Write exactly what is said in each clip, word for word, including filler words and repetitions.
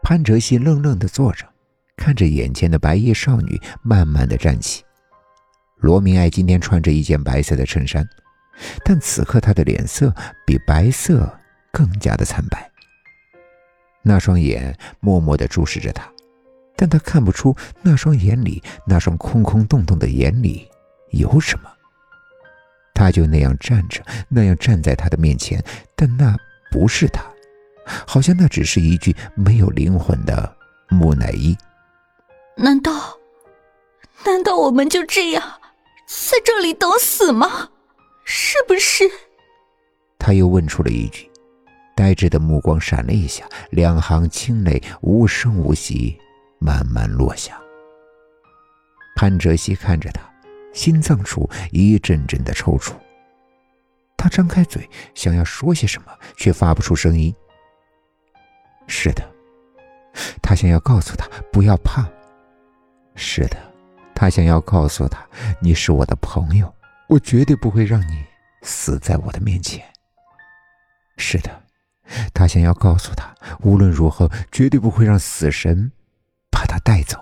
潘哲熙愣愣地坐着，看着眼前的白衣少女慢慢地站起。罗明爱今天穿着一件白色的衬衫，但此刻她的脸色比白色更加的惨白。那双眼默默地注视着他，但他看不出那双眼里，那双空空洞洞的眼里有什么。他就那样站着，那样站在他的面前，但那不是他，好像那只是一具没有灵魂的木乃伊。 难道难道我们就这样在这里等死吗？是不是？ 他又问出了一句，呆滞的目光闪了一下，两行清泪无声无息慢慢落下。潘哲熙看着他，心脏处一阵阵的抽搐。他张开嘴想要说些什么，却发不出声音。是的，他想要告诉他不要怕。是的，他想要告诉他，你是我的朋友，我绝对不会让你死在我的面前。是的，他想要告诉他，无论如何绝对不会让死神把他带走。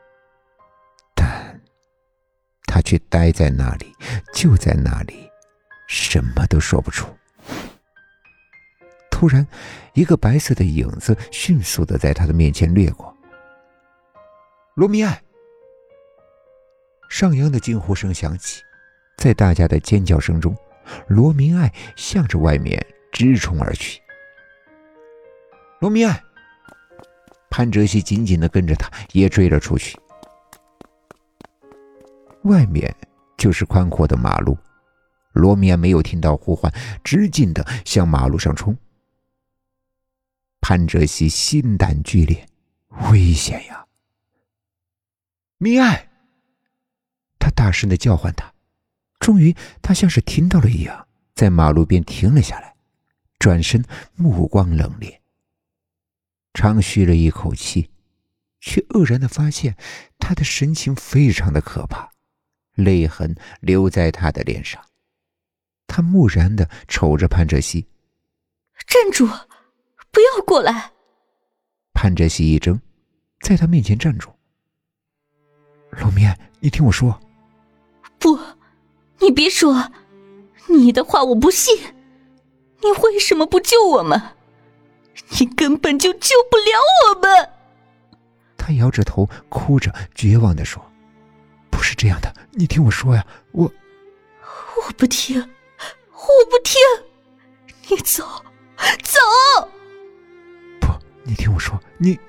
但他却呆在那里，就在那里，什么都说不出。突然，一个白色的影子迅速地在他的面前掠过。罗明爱！上扬的惊呼声响起，在大家的尖叫声中，罗明爱向着外面直冲而去。罗明爱！潘哲熙紧紧地跟着他，也追了出去。外面就是宽阔的马路，罗明爱没有听到呼唤，直径地向马路上冲。潘哲熙心胆俱裂，危险呀！明爱！他大声地叫唤他，终于他像是听到了一样，在马路边停了下来，转身目光冷冽，长吁了一口气，却愕然地发现他的神情非常的可怕，泪痕留在他的脸上。他木然地瞅着潘哲熙。 站住，不要过来！ 潘哲熙一怔，在他面前站住。罗明爱，你听我说。 不，你别说，你的话我不信。你为什么不救我们？你根本就救不了我们！ 他摇着头，哭着，绝望地说：不是这样的，你听我说呀，我…… 我不听，我不听！你走，走！ 不，你听我说，你……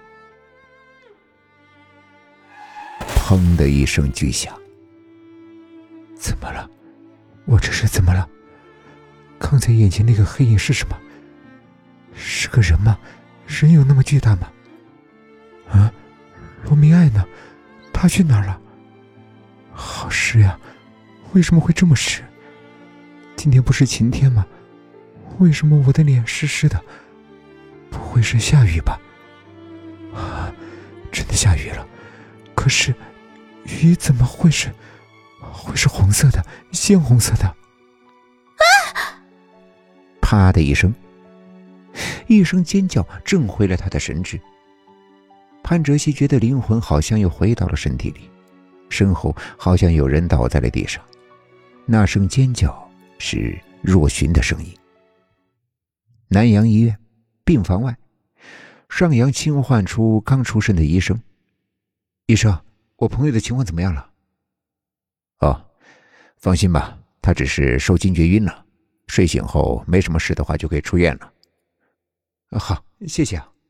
砰的一声巨响。怎么了？我这是怎么了？刚才眼前那个黑影是什么？是个人吗？人有那么巨大吗？啊，罗明爱呢？他去哪儿了？好湿呀，为什么会这么湿？今天不是晴天吗？为什么我的脸湿湿的？不会是下雨吧？啊，真的下雨了。可是雨怎么会是会是红色的，鲜红色的？ 啊！ 啪的一声，一声尖叫震毁了他的神智。潘哲熙觉得灵魂好像又回到了身体里，身后好像有人倒在了地上。那声尖叫是若寻的声音。南阳医院病房外，上阳轻唤出刚出生的医生。医生，我朋友的情况怎么样了？哦，放心吧，他只是受惊厥晕了，睡醒后没什么事的话就可以出院了。啊，好，谢谢啊。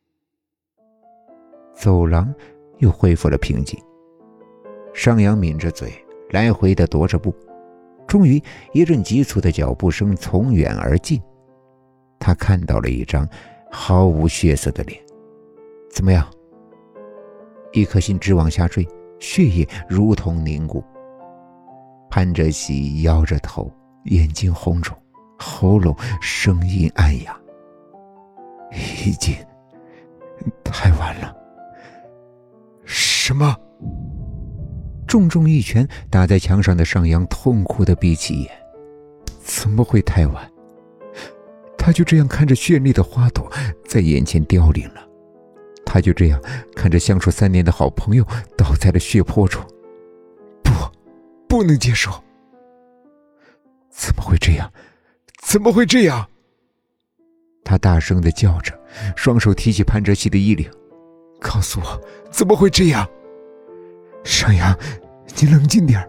走廊又恢复了平静。上阳抿着嘴，来回的踱着步，终于一阵急促的脚步声从远而近。他看到了一张毫无血色的脸。怎么样？一颗心直往下坠，血液如同凝固。潘哲熙摇着头，眼睛红肿，喉咙声音暗哑。已经太晚了。什么？重重一拳打在墙上的上扬痛苦地闭起眼。怎么会太晚？他就这样看着绚丽的花朵在眼前凋零了。 他就这样看着相处三年的好朋友倒在了血泊中，不，不能接受！怎么会这样？怎么会这样？他大声地叫着，双手提起潘哲熙的衣领，告诉我，怎么会这样？上阳，你冷静点。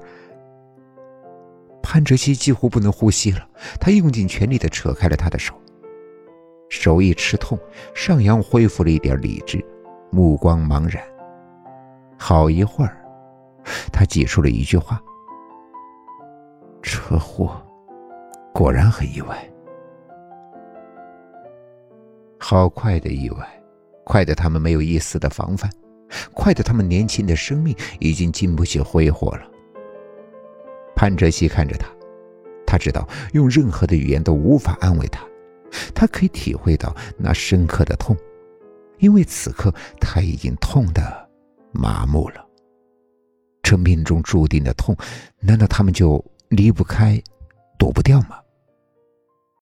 潘哲熙几乎不能呼吸了，他用尽全力地扯开了他的手。手一吃痛，上阳恢复了一点理智，目光茫然。好一会儿，他挤出了一句话：车祸，果然很意外。好快的意外，快得他们没有一丝的防范，快得他们年轻的生命已经经不起挥霍了。潘哲熙看着他，他知道用任何的语言都无法安慰他，他可以体会到那深刻的痛，因为此刻他已经痛得麻木了。这命中注定的痛，难道他们就离不开，躲不掉吗？